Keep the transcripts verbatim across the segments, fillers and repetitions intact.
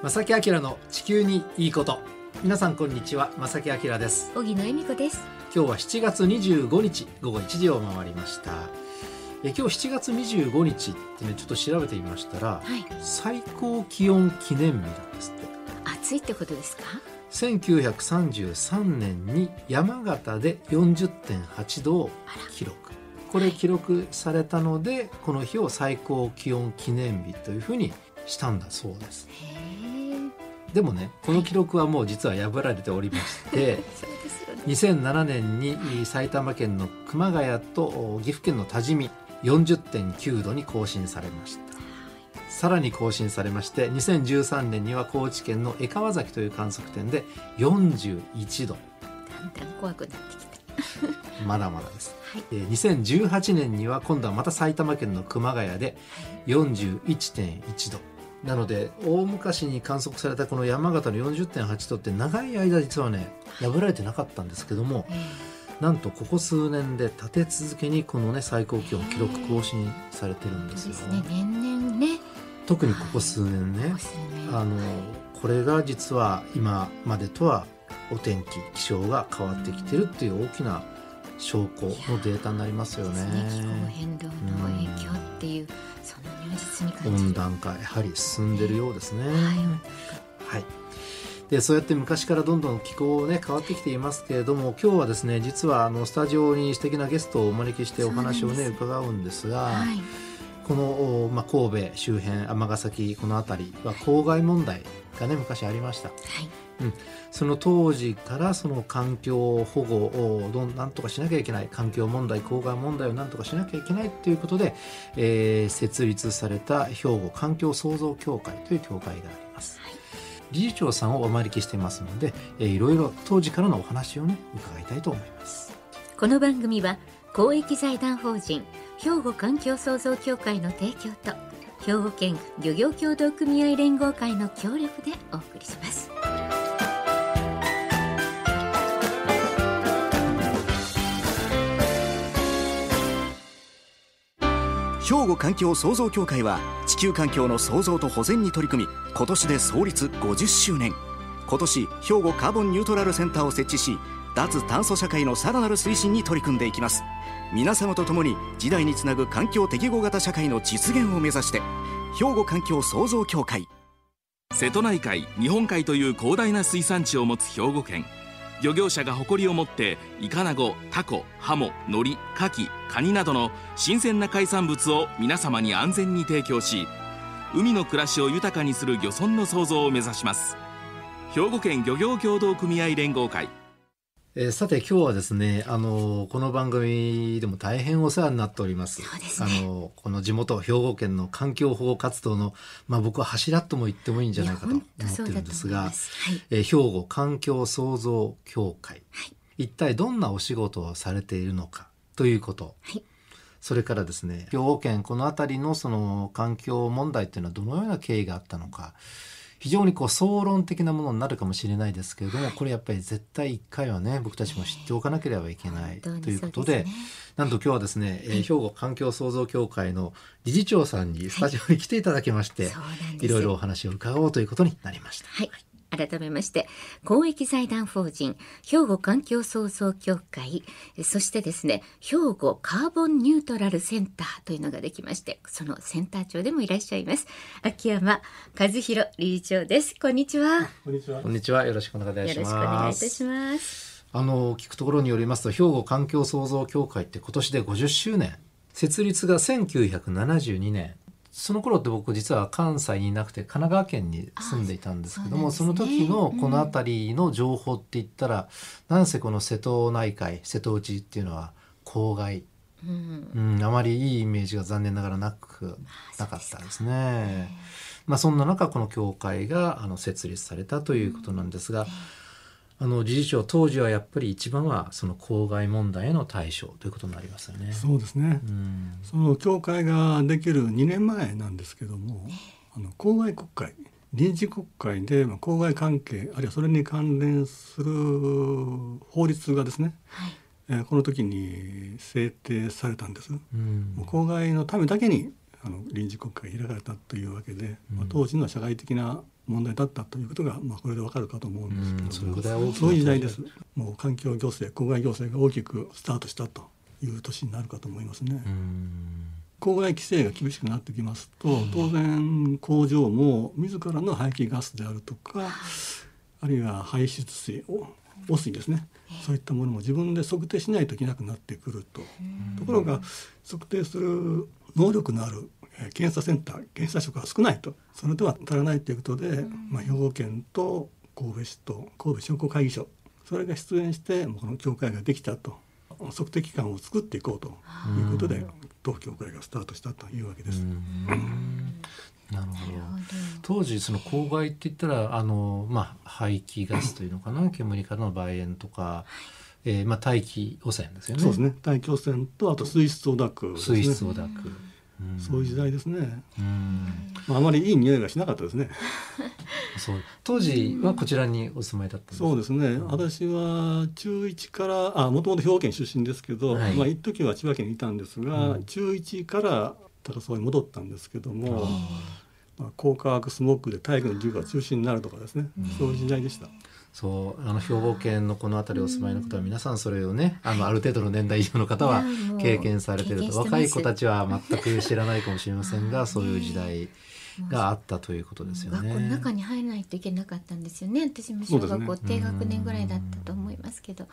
正木明の地球にいいこと。皆さんこんにちは、正木明です。 荻野恵美子です。 今日はしちがつにじゅうごにちごごいちじを回りました。え今日しちがつにじゅうごにちってね、ちょっと調べてみましたら、はい、最高気温記念日なんですって。 暑いってことですか？ せんきゅうひゃくさんじゅうさんねんに山形で よんじゅってんはちどを記録。これ記録されたので、この日を最高気温記念日というふうにしたんだそうです。 へー。 でもね、この記録はもう実は破られておりましてそうですよね。 にせんななねんに埼玉県の熊谷と岐阜県の多治見 よんじゅってんきゅうどに更新されました。さらに更新されまして、にせんじゅうさんねんには高知県の江川崎という観測点でよんじゅういちど。 だんだん怖くなってきたまだまだです、 はい。 えー、にせんじゅうはちねんには今度はまた埼玉県の熊谷で よんじゅういってんいちど。なので大昔に観測されたこの山形の よんじゅってんはちどって長い間実はね破られてなかったんですけども、なんとここ数年で立て続けにこのね最高気温記録更新されてるんですよ。 そうですね、年々ね。 特にここ数年ね、あのこれが実は今までとはお天気気象が変わってきてるっていう大きな証拠のデータになりますよね。 気候変動の影響っていう、うん、その如実に感じる。 温暖化やはり進んでるようですね。はい、はい、でそうやって昔からどんどん気候、ね、変わってきていますけれども、今日はですね実はあのスタジオに素敵なゲストをお招きしてお話をね伺うんですが、はい、この、まあ、神戸周辺尼崎この辺りは公害問題がね昔ありました。はい、うん、その当時からその環境保護をどんなんとかしなきゃいけない、環境問題公害問題をなんとかしなきゃいけないということで、えー、設立された兵庫環境創造協会という協会があります。はい、理事長さんをお招きしていますので、えー、いろいろ当時からのお話をね伺いたいと思います。 この番組は公益財団法人兵庫環境創造協会の提供と兵庫県漁業協同組合連合会の協力でお送りします。 兵庫環境創造協会は地球環境の創造と保全に取り組み、今年で創立ごじゅっしゅうねん。今年兵庫カーボンニュートラルセンターを設置し、脱炭素社会のさらなる推進に取り組んでいきます。皆様と共に時代につなぐ環境適合型社会の実現を目指して、兵庫環境創造協会。 瀬戸内海、日本海という広大な水産地を持つ兵庫県。漁業者が誇りを持ってイカナゴ、タコ、ハモ、ノリ、カキ、カニなどの新鮮な海産物を皆様に安全に提供し、海の暮らしを豊かにする漁村の創造を目指します。兵庫県漁業協同組合連合会。 えー、さて今日はですね、あのこの番組でも大変お世話になっております。 そうですね、 あのこの地元兵庫県の環境保護活動の、まあ、僕は柱とも言ってもいいんじゃないかと思ってるんですが、はい、えー、兵庫環境創造協会、はい、一体どんなお仕事をされているのかということ、はい、それからですね、兵庫県この辺りのその環境問題というのはどのような経緯があったのか、非常にこう総論的なものになるかもしれないですけれども、これやっぱり絶対一回はね僕たちも知っておかなければいけない、えー、ということで、ね、なんと今日はですね、えー、兵庫環境創造協会の理事長さんにスタジオに来ていただきまして、はい、いろいろお話を伺おうということになりました。 はい、改めまして公益財団法人兵庫環境創造協会、そしてですね兵庫カーボンニュートラルセンターというのができまして、そのセンター長でもいらっしゃいます秋山和弘理事長です。こんにちは。 こんにちは。こんにちは。よろしくお願いいたします。 よろしくお願いいたします。 あの聞くところによりますと、兵庫環境創造協会って今年でごじゅっしゅうねん、設立がせんきゅうひゃくななじゅうにねん。その頃って僕実は関西にいなくて神奈川県に住んでいたんですけども、 そ, その時のこの辺りの情報って言ったら、うん、なんせこの瀬戸内海瀬戸内っていうのは公害、うんうん、あまりいいイメージが残念ながらなくなかったですね。まあ、そんな中この協会があの設立されたということなんですが、あの理事長当時はやっぱり一番はその公害問題への対処ということになりますよね。 そうですね、うん、その協会ができるにねんまえなんですけども、あの公害国会臨時国会で公害関係あるいはそれに関連する法律がですね、はい、えー、この時に制定されたんです。うん、もう公害のためだけにあの臨時国会が開かれたというわけで、うん、まあ、当時の社会的な問題だったということが、まあ、これでわかるかと思うんですけど、 うんそれぐらい大きなそういう時代です。もう環境行政公害行政が大きくスタートしたという年になるかと思いますね。 うん公害規制が厳しくなってきますと、当然工場も自らの排気ガスであるとか、あるいは排出水汚水ですね、そういったものも自分で測定しないといけなくなってくると。ところが測定する能力のある検査センター、検査職が少ないと、それでは足らないということで、まあ、兵庫県と神戸市と神戸商工会議所、それが出演してこの協会ができたと、測定機関を作っていこうということで当協会がスタートしたというわけです。 うんなるほど。当時その公害って言ったらあの、まあ、排気ガスというのかな煙からの媒炎とか、えーまあ、大気汚染ですよね。 そうですね、大気汚染とあと水質汚濁ですね。 水質汚濁、うん、 そういう時代ですね。 うんまあ、あまりいい匂いがしなかったですね。 そう当時はこちらにお住まいだったんですか。 そうですね、うん、私は中いちからあもともと兵庫県出身ですけど、はい、まあ、一時は千葉県にいたんですが、うん、中いちから高砂に戻ったんですけども、まあ、高化学スモッグで体育の授業が中止になるとかですね、うん、そういう時代でした。 そうあの兵庫県のこの辺りお住まいの方は皆さんそれをね、あのある程度の年代以上の方は経験されていると、若い子たちは全く知らないかもしれませんがそういう時代があったということですよね。 学校の中に入らないといけなかったんですよね。私も小学校、ね、低学年ぐらいだったと思いますけど、はい、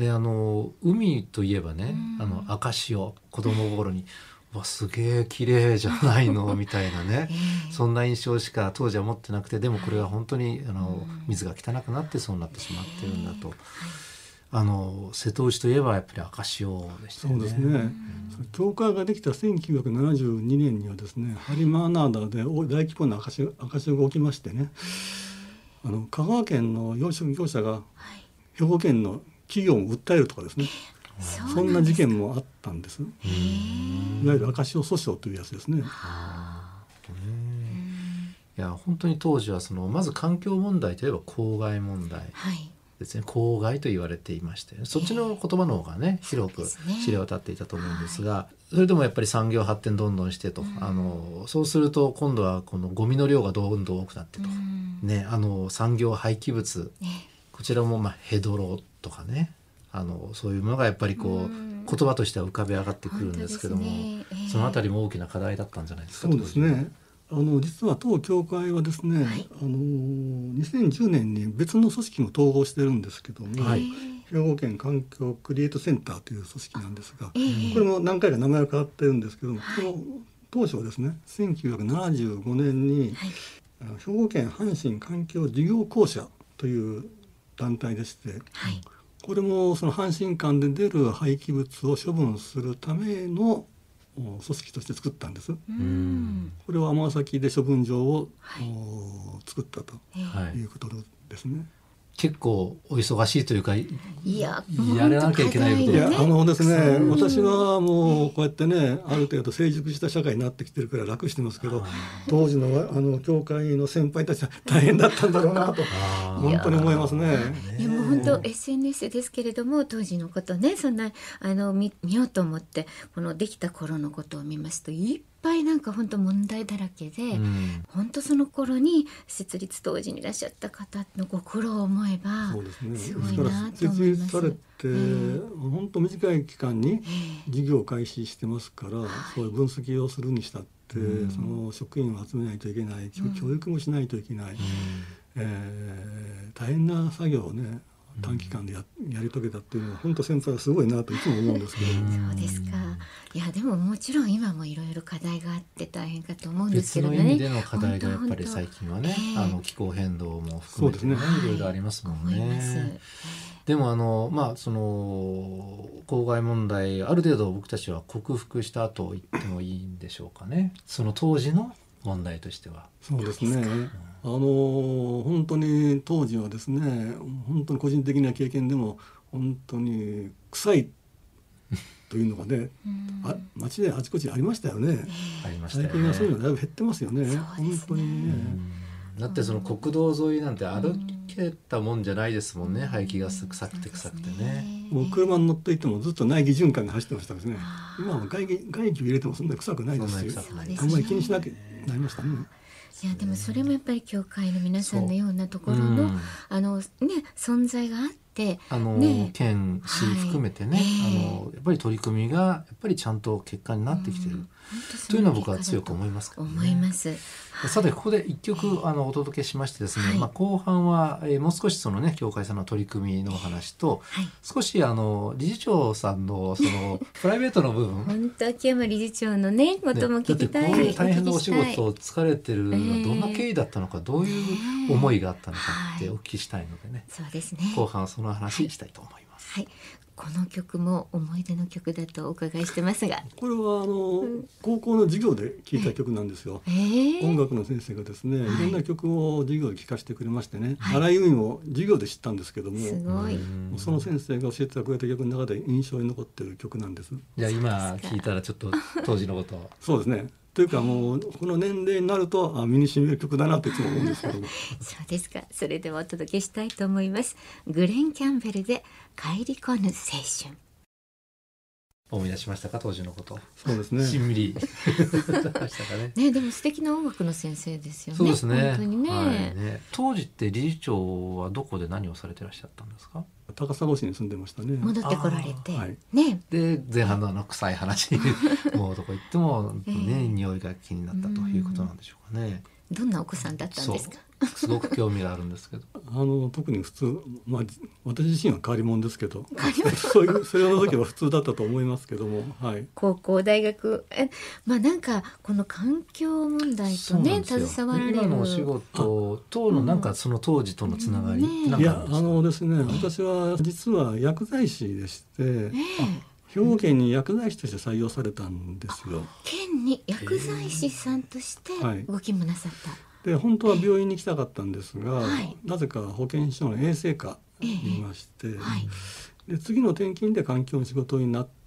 であの海といえばね、あの赤潮、子供心にわすげえ綺麗じゃないのみたいなね、えー、そんな印象しか当時は持ってなくて、でもこれは本当にあの水が汚くなってそうなってしまってるんだと、えーはい、あの瀬戸内といえばやっぱり赤潮でしたよね。 そうですね、うん、協会ができたせんきゅうひゃくななじゅうにねんにはですね、播磨灘で大規模な赤潮、赤潮が起きましてね、あの香川県の養殖業者が兵庫県の企業を訴えるとかですね、そんな事件もあったんです。いわゆる赤潮訴訟というやつですね。 あいや本当に当時はそのまず環境問題といえば公害問題ですね、はい、公害と言われていまして、そっちの言葉の方がね、えー、広く知れ渡っていたと思うんですが、はい、それでもやっぱり産業発展どんどんしてと、うん、あのそうすると今度はこのゴミの量がどんどん多くなってと、うんね、あの産業廃棄物、えー、こちらもまあヘドロとかね、あのそういうものがやっぱりこう、うん、言葉としては浮かび上がってくるんですけども、ねえー、そのあたりも大きな課題だったんじゃないですか。 そうですね、あの実は当協会はですね、はい、あのにせんじゅうねんに別の組織も統合してるんですけども、はい、兵庫県環境クリエイトセンターという組織なんですが、えー、これも何回か名前が変わってるんですけども、はい、この当初はですねせんきゅうひゃくななじゅうごねんに、はい、兵庫県阪神環境事業公社という団体でして、はい、これもその阪神間で出る廃棄物を処分するための組織として作ったんです。うんこれは尼崎で処分場を、はい、作ったということですね。 結構お忙しいというか、いややらなきゃいけないこと、 ね、いやあのですね、私はもうこうやってね、ある程度成熟した社会になってきてるから楽してますけど、当時のあの教会の先輩たちは大変だったんだろうなと本当に思いますね。 いやもう本当 エスエヌエス ですけれども、当時のことね、そんなあの 見, 見ようと思ってこのできた頃のことを見ますと、いっぱいなんか本当問題だらけで、うん、本当その頃に設立当時にいらっしゃった方のご苦労を思えばそうですね、すごいなと思います。 設立されて、えー、本当短い期間に事業を開始してますから、えー、そういう分析をするにしたって、うん、その職員を集めないといけない、うん、教育もしないといけない、うんえー、大変な作業をね短期間で や, やり遂げたっていうのは本当先輩はすごいなといつも思うんですけどそうですか。いやでももちろん今もいろいろ課題があって大変かと思うんですけどね。 別の意味での課題がやっぱり最近はね、えー、あの気候変動も含めて、ねね、いろいろありますもんね。でもあのまあその公害問題ある程度僕たちは克服したと言ってもいいんでしょうかね。その当時の問題としては。 そうですね、あの本当に当時はですね、本当に個人的な経験でも本当に臭いというのがねあ街であちこちありましたよね。 ありましたよね。 最近はそういうのだいぶ減ってますよね。本当にね。 だってその国道沿いなんて歩けたもんじゃないですもんね。排気ガス臭くて臭くてね。 もう車に乗っていてもずっと内気循環が走ってましたですね。今は外気、外気を入れてもそんなに臭くないですし、あんまり気にしなきゃなりましたね。 いやでもそれもやっぱり教会の皆さんのようなところの、うん、あのね存在があってあの、ね、県市含めてね、はい、あのやっぱり取り組みがやっぱりちゃんと結果になってきてる、うん、というのは僕は強く思いますからね。 思います。 さてここで一曲あのお届けしましてですね、はい、まあ、後半は、えー、もう少しそのね教会さんの取り組みのお話と、はい、少しあの理事長さんのそのプライベートの部分本当秋山理事長のねことも聞きたい、ね、だってこういう大変なお仕事を疲れてるのはどんな経緯だったのか、えー、どういう思いがあったのかってお聞きしたいのでね、 そうですね、 後半その話したいと思います。 はいはい、この曲も思い出の曲だとお伺いしてますが、 これはあの、うん、高校の授業で聴いた曲なんですよ、えー、音楽の先生がですね、はい、いろんな曲を授業で聴かせてくれましてね、はい、荒井由実も授業で知ったんですけども、 すごい、 その先生が教えてくれた曲の中で印象に残っている曲なんです。 じゃあ今聴いたらちょっと当時のことをそうですね、というかもうこの年齢になるとあ身に染みる曲だなっていつも思うんですけどもそうですか。それではお届けしたいと思います。グレン・キャンベルで帰りこぬ青春。 思い出しましたか、当時のこと。 そうですね、 しんみりしたかね。 ね、でも素敵な音楽の先生ですよね。 そうですね、 本当に ね,、はい、 ね。当時って理事長はどこで何をされてらっしゃったんですか。 高砂市に住んでましたね。 戻ってこられて、 はい、 ね、 で前半のあの臭い話もうどこ行ってもね、えー、匂いが気になったということなんでしょうかね。 どんなお子さんだったんですか。 すごく興味があるんですけどあの特に普通、まあ、私自身は変わり者ですけどそういうそれを除けば普通だったと思いますけども、はい、 高校大学え、まあ、なんかこの環境問題とね携わられる今のお仕事とのなんかその当時とのつながり、うんね、 いやあのですね、私は実は薬剤師でして、えー兵庫県に薬剤師として採用されたんですよ。 県に薬剤師さんとしてご勤務なさった、はい、 で本当は病院に行きたかったんですが、はい、なぜか保健所の衛生科にいまして、えーはい、で次の転勤で環境の仕事になって、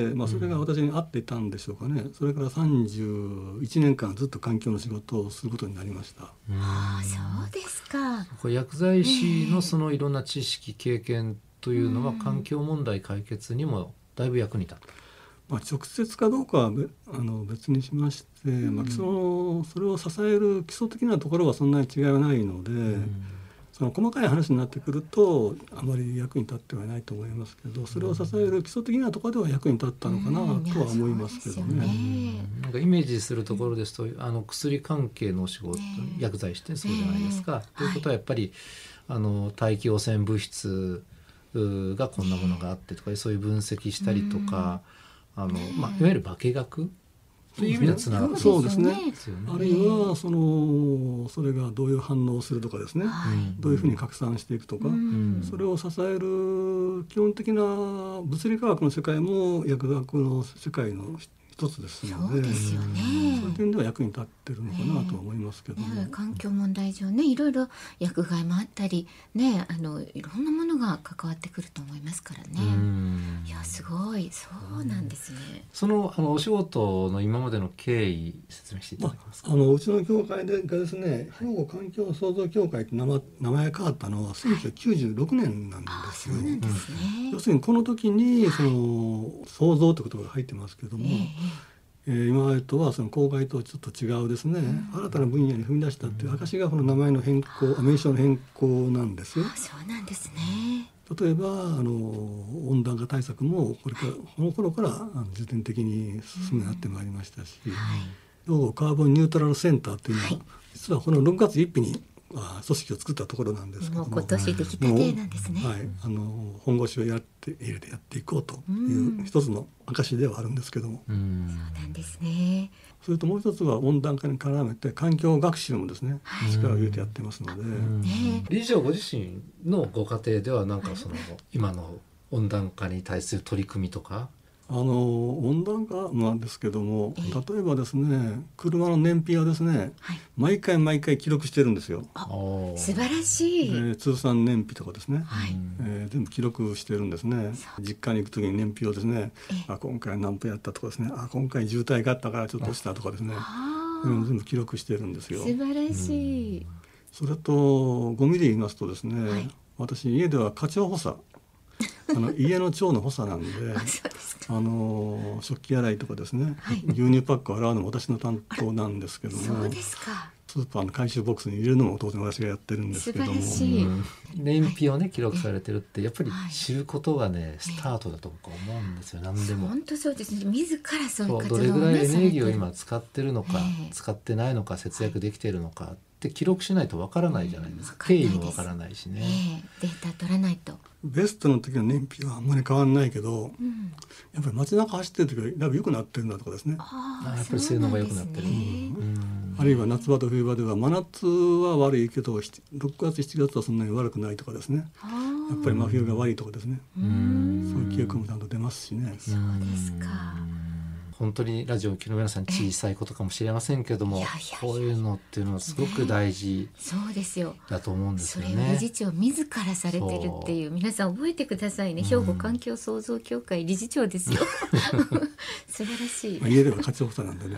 まあ、それが私に合っていたんでしょうかね、うん、それからさんじゅういちねんかんずっと環境の仕事をすることになりました。 ああ、そうですか。 これ薬剤師のそのいろんな知識経験というのは環境問題解決にもだいぶ役に立った。 まあ、直接かどうかはあの別にしまして、うん、まあ、そのそれを支える基礎的なところはそんなに違いはないので、うん、その細かい話になってくるとあまり役に立ってはいないと思いますけど、それを支える基礎的なところでは役に立ったのかなとは思いますけどね。うん、 ね、なんかイメージするところですと、あの薬関係のお仕事、ね、薬剤師ってそうじゃないですか、ね、ということはやっぱり、はい、あの大気汚染物質がこんなものがあってとか、そういう分析したりとか、あの、まあ、いわゆる化学という意味ではつながってる。 そうですね。あるいはそのそれがどういう反応をするとかですね、はい、どういうふうに拡散していくとか、うん、それを支える基本的な物理科学の世界も薬学の世界の一つですので、 そうですよね、 そういう点では役に立ってるのかなと思いますけども、 ね、環境問題上ね、いろいろ薬害もあったりね、あのいろんなものが関わってくると思いますからね。うん、いやすごい、そうなんですね。 その、あのお仕事の今までの経緯説明していただけますか。 まあ、あのうちの協会でがですね、兵庫環境創造協会って名前、名前が変わったのはせんきゅうひゃくきゅうじゅうろくねんなんですよ。 はい、そうなんですね。 要するにこの時にその創造という言葉が入ってますけども、えーえー、今までとはその公害とちょっと違うですね、うん、新たな分野に踏み出したっていう証がこの名前の変更、名称の変更なんですよ。 あ、そうなんですね。 例えばあの温暖化対策もこれからこの頃からあの重点的に進めになってまいりましたし、うん、はい、兵庫カーボンニュートラルセンターというのは、はい、実はこのろくがつついたちにあ組織を作ったところなんですけども、 もう今年できたてなんですね。 はい、あの本腰をやって入れてやっていこうという一つの証ではあるんですけども、 うん、そうなんですね。 それともう一つは温暖化に絡めて環境学習もですね、はい、力を入れてやってますので、 ね、理事長ご自身のご家庭ではなんかその今の温暖化に対する取り組みとか、 あの温暖化なんですけども、例えばですね、車の燃費はですね、はい、毎回毎回記録してるんですよ。 あ、素晴らしい、 えー、通算燃費とかですね、はい、えー、全部記録してるんですね。実家に行く時に燃費をですね、あ、今回何分やったとかですね、あ、今回渋滞があったからちょっとしたとかですね、うん、全部記録してるんですよ。 素晴らしい。 それとゴミで言いますとですね、はい、私家では課長補佐あの家の長の補佐なんであの食器洗いとかですね、はい、牛乳パックを洗うのも私の担当なんですけども、 そうですか。 スーパーの回収ボックスに入れるのも当然私がやってるんですけども、 素晴らしい、 うん、燃費をね記録されてるってやっぱり知ることがね、はい、スタートだと僕は思うんですよ。何でも本当そうですね。自らそういう活動を、 どね、 れぐらいエネルギーを今使ってるのか、 えー、 使ってないのか、節約できているのかって記録しないとわからないじゃないですか。経緯もわからないしね、 えー、データ取らないと。 ベストの時の燃費はあんまり変わんないけど、うん、やっぱり街中走ってる時はだいぶ良くなってるんだとかですね。 ああやっぱり性能が良くなってる、ね、 うん、あるいは夏場と冬場では真夏は悪いけどろくがつしちがつはそんなに悪くないとかですね。やっぱり真冬が悪いとかですね。うんそういう記憶もちゃんと出ますしね。 そうですか。 本当にラジオを聴きの皆さん小さいことかもしれませんけども、いやいやいやこういうのっていうのはすごく大事だと思うんですよね。 それを理事長自らされてるっていう、皆さん覚えてくださいね。兵庫環境創造協会理事長ですよ素晴らしい、 まあ、家では課長さんなんでね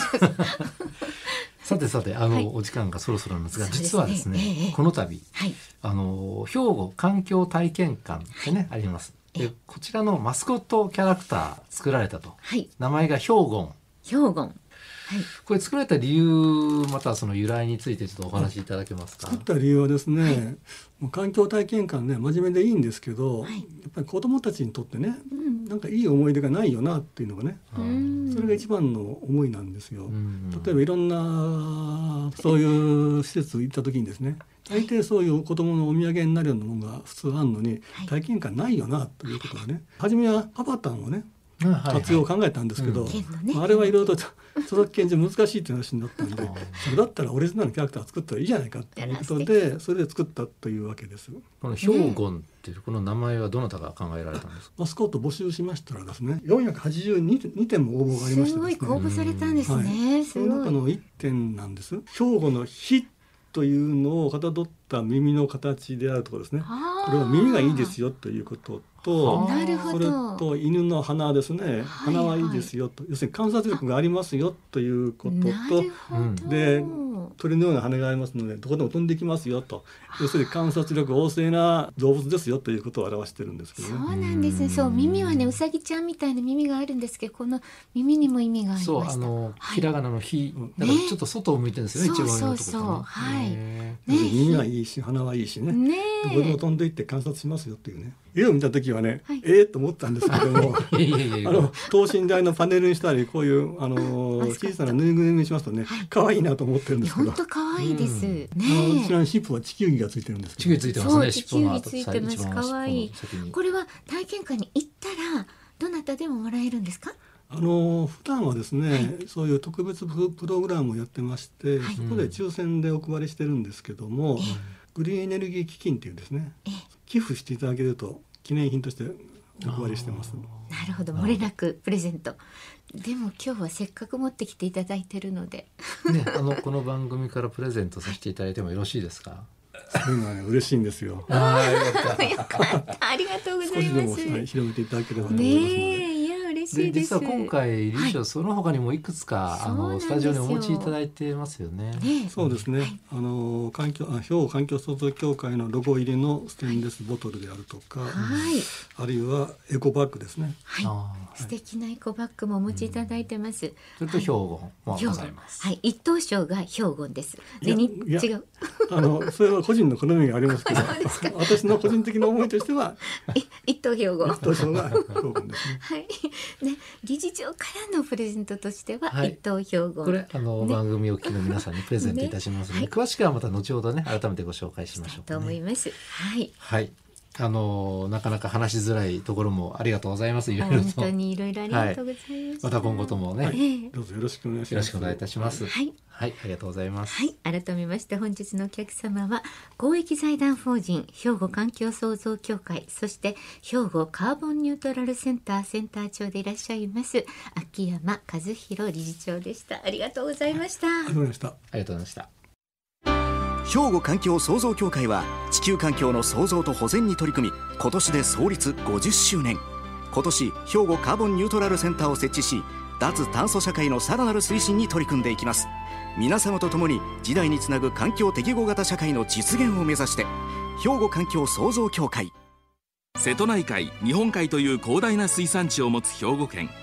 さてさてあの、はい、お時間がそろそろなんですが、実はですね、ええ、この度、はい、あの兵庫環境体験館ってね、はい、あります。でこちらのマスコットキャラクター作られたと、はい、名前がヒョウゴン。 ヒョウゴン、はい、 これ作られた理由またその由来についてちょっとお話しいただけますか。 作った理由はですね、はい、もう環境体験館ね真面目でいいんですけど、はい、やっぱり子どもたちにとってね、うん、なんかいい思い出がないよなっていうのがね、うん、それが一番の思いなんですよ、うん、例えばいろんなそういう施設行った時にですね、大抵そういう子どものお土産になるようなものが普通あるのに、はい、体験館ないよなということでね、初めはアバターをね活用を考えたんですけど、はいはいうん、あれはいろいろと著作権上難しいという話になったんでそれだったらオリジナルのキャラクターを作ったらいいじゃないかということで、それで作ったというわけです。 このヒョウゴンっていうこの名前はどなたが考えられたんですか。 マスコット募集しましたらですねよんひゃくはちじゅうにてんも応募がありましてですね、 すごい公募されたんですね、はい、 その中のいってんなんです。兵庫の火というのをかたどった耳の形であるところですね。これは耳がいいですよということと、 なるほど、 それと犬の鼻ですね、はいはい、鼻はいいですよと、要するに観察力がありますよということと、で鳥のような羽がありますのでどこでも飛んできますよと、要するに観察力旺盛な動物ですよということを表してるんですけどね。 そうなんですね。そう耳はねうさぎちゃんみたいな耳があるんですけど、この耳にも意味がありました。 そうあの、はい、ひらがなのひだからちょっと外を向いてるんですよね、ね、一番上のところ、ね、そうそうそう、はい、 ね、耳はいいし鼻はいいしね、ねどこでも飛んでいって観察しますよっていうね。絵を見た時はね、はい、えー、と思ったんですけどもいやいやいやあの等身大のパネルにしたりこういうあの小さなぬいぐるみにしますとね、はい、可愛いなと思ってるんですけど、 本当可愛いです、うん、ね、 あの後ろに尻尾は地球儀がついてるんですけど、 地球儀ついてますね。 地球儀ついてます。可愛い。これは体験会に行ったらどなたでももらえるんですか。 あの普段はですね、はい、そういう特別プログラムをやってまして、はい、そこで抽選でお配りしてるんですけども、うん、グリーンエネルギー基金っていうですね、寄付していただけると記念品としてお配りしてます。 なるほど、漏れなくプレゼント。でも今日はせっかく持ってきていただいてるので、 ね、あのこの番組からプレゼントさせていただいてもよろしいですか。 そういうのはね嬉しいんですよ。 あありがとうございます。 少しでも、はい、広めていただければと思いますので、 ね、いや嬉しいです。 実は今回理事長、はい、その他にもいくつかあのスタジオにお持ちいただいてますよね。 ねそうですね、はい、あの環境あ兵庫環境創造協会のロゴ入りのステンレスボトルであるとか、はい、あるいはエコバッグですね、 はい、素敵なエコバッグもお持ちいただいてます、うん、 それと兵庫もございます。 はい、一等賞が兵庫です。でに違うあのそれは個人の好みがありますけど私の個人的な思いとしては一等兵庫一等賞が兵庫ですね。 はいね、理事長からのプレゼントとしては、はい、一等兵庫、 これあの、ね、番組を聞きの皆さんにプレゼントいたしますので、ね、詳しくはまた後ほどね改めてご紹介しましょうか、ね、 と思います。はい、 はい、あのなかなか話しづらいところもありがとうございます。いろいろと本当にいろいろありがとうございます、はい、 また今後ともね、 はい、どうぞよろしくお願いします。 よろしくお願いいたします。 はい、 はい、ありがとうございます。 はい、改めまして本日のお客様は公益財団法人兵庫環境創造協会、そして兵庫カーボンニュートラルセンターセンター長でいらっしゃいます秋山和弘理事長でした。ありがとうございました。 ありがとうございました。 ありがとうございました。 兵庫環境創造協会は地球環境の創造と保全に取り組み、今年で創立ごじゅっしゅうねん。今年兵庫カーボンニュートラルセンターを設置し、脱炭素社会のさらなる推進に取り組んでいきます。皆様と共に時代につなぐ環境適合型社会の実現を目指して、兵庫環境創造協会。 瀬戸内海、日本海という広大な水産地を持つ兵庫県。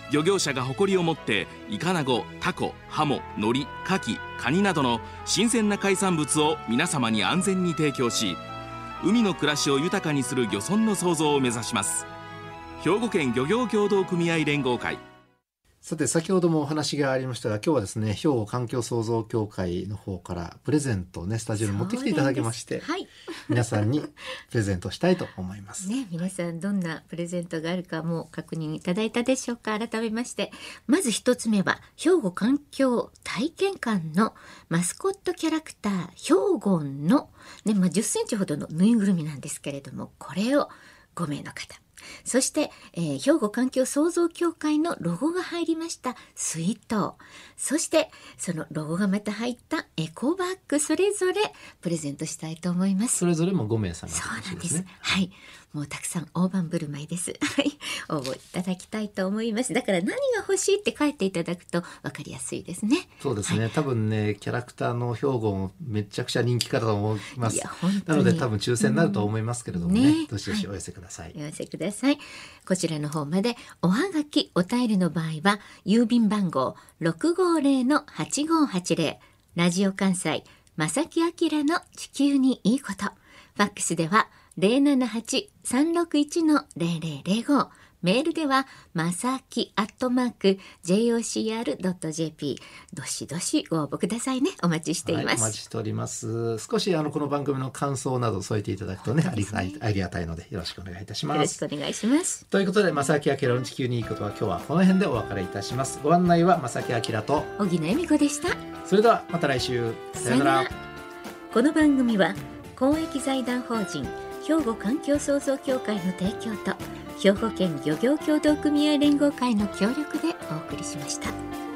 漁業者が誇りを持ってイカナゴ、タコ、ハモ、ノリ、カキ、カニなどの新鮮な海産物を皆様に安全に提供し、海の暮らしを豊かにする漁村の創造を目指します。兵庫県漁業協同組合連合会。 さて先ほどもお話がありましたが、今日はですね、兵庫環境創造協会の方からプレゼントをねスタジオに持ってきていただきまして、はい、皆さんにプレゼントしたいと思いますね。皆さんどんなプレゼントがあるかも確認いただいたでしょうか。改めまして、まず一つ目は兵庫環境体験館のマスコットキャラクターヒョウゴンの、ねまあ、じゅっセンチほどのぬいぐるみなんですけれども、これをごめいの方、そして、えー、兵庫環境創造協会のロゴが入りました水筒、そしてそのロゴがまた入ったエコバッグ、それぞれプレゼントしたいと思います。 それぞれもごめいさんが、ね、 そうなんです。はい、もうたくさん大盤振る舞いです。はい、応募いただきたいと思います。だから何が欲しいって書いていただくと分かりやすいですね。 そうですね、はい、多分ねキャラクターの兵庫もめちゃくちゃ人気かと思います。 いや本当になので多分抽選になると思いますけれどもね、ねどしどしお寄せください、はい、 お寄せください。こちらの方までおはがきお便りの場合は郵便番号 ろくごーぜろのはちごーはちぜろ ラジオ関西正木明の地球にいいこと、ファックスでは ゼロななはち さんろくいち のゼロゼロゼロご、メールではまさきアットマーク ジェイオーシーアールドットジェーピー、 どしどしご応募くださいね。お待ちしています、はい、 お待ちしております。少しあのこの番組の感想など添えていただくとね、ありがありがたいのでよろしくお願いいたします。 よろしくお願いします。 ということで正木明の地球にいいことは今日はこの辺でお別れいたします。ご案内は正木明と小木野恵美子でした。 それではまた来週、さよなら。 この番組は公益財団法人兵庫環境創造協会の提供と兵庫県漁業協同組合連合会の協力でお送りしました。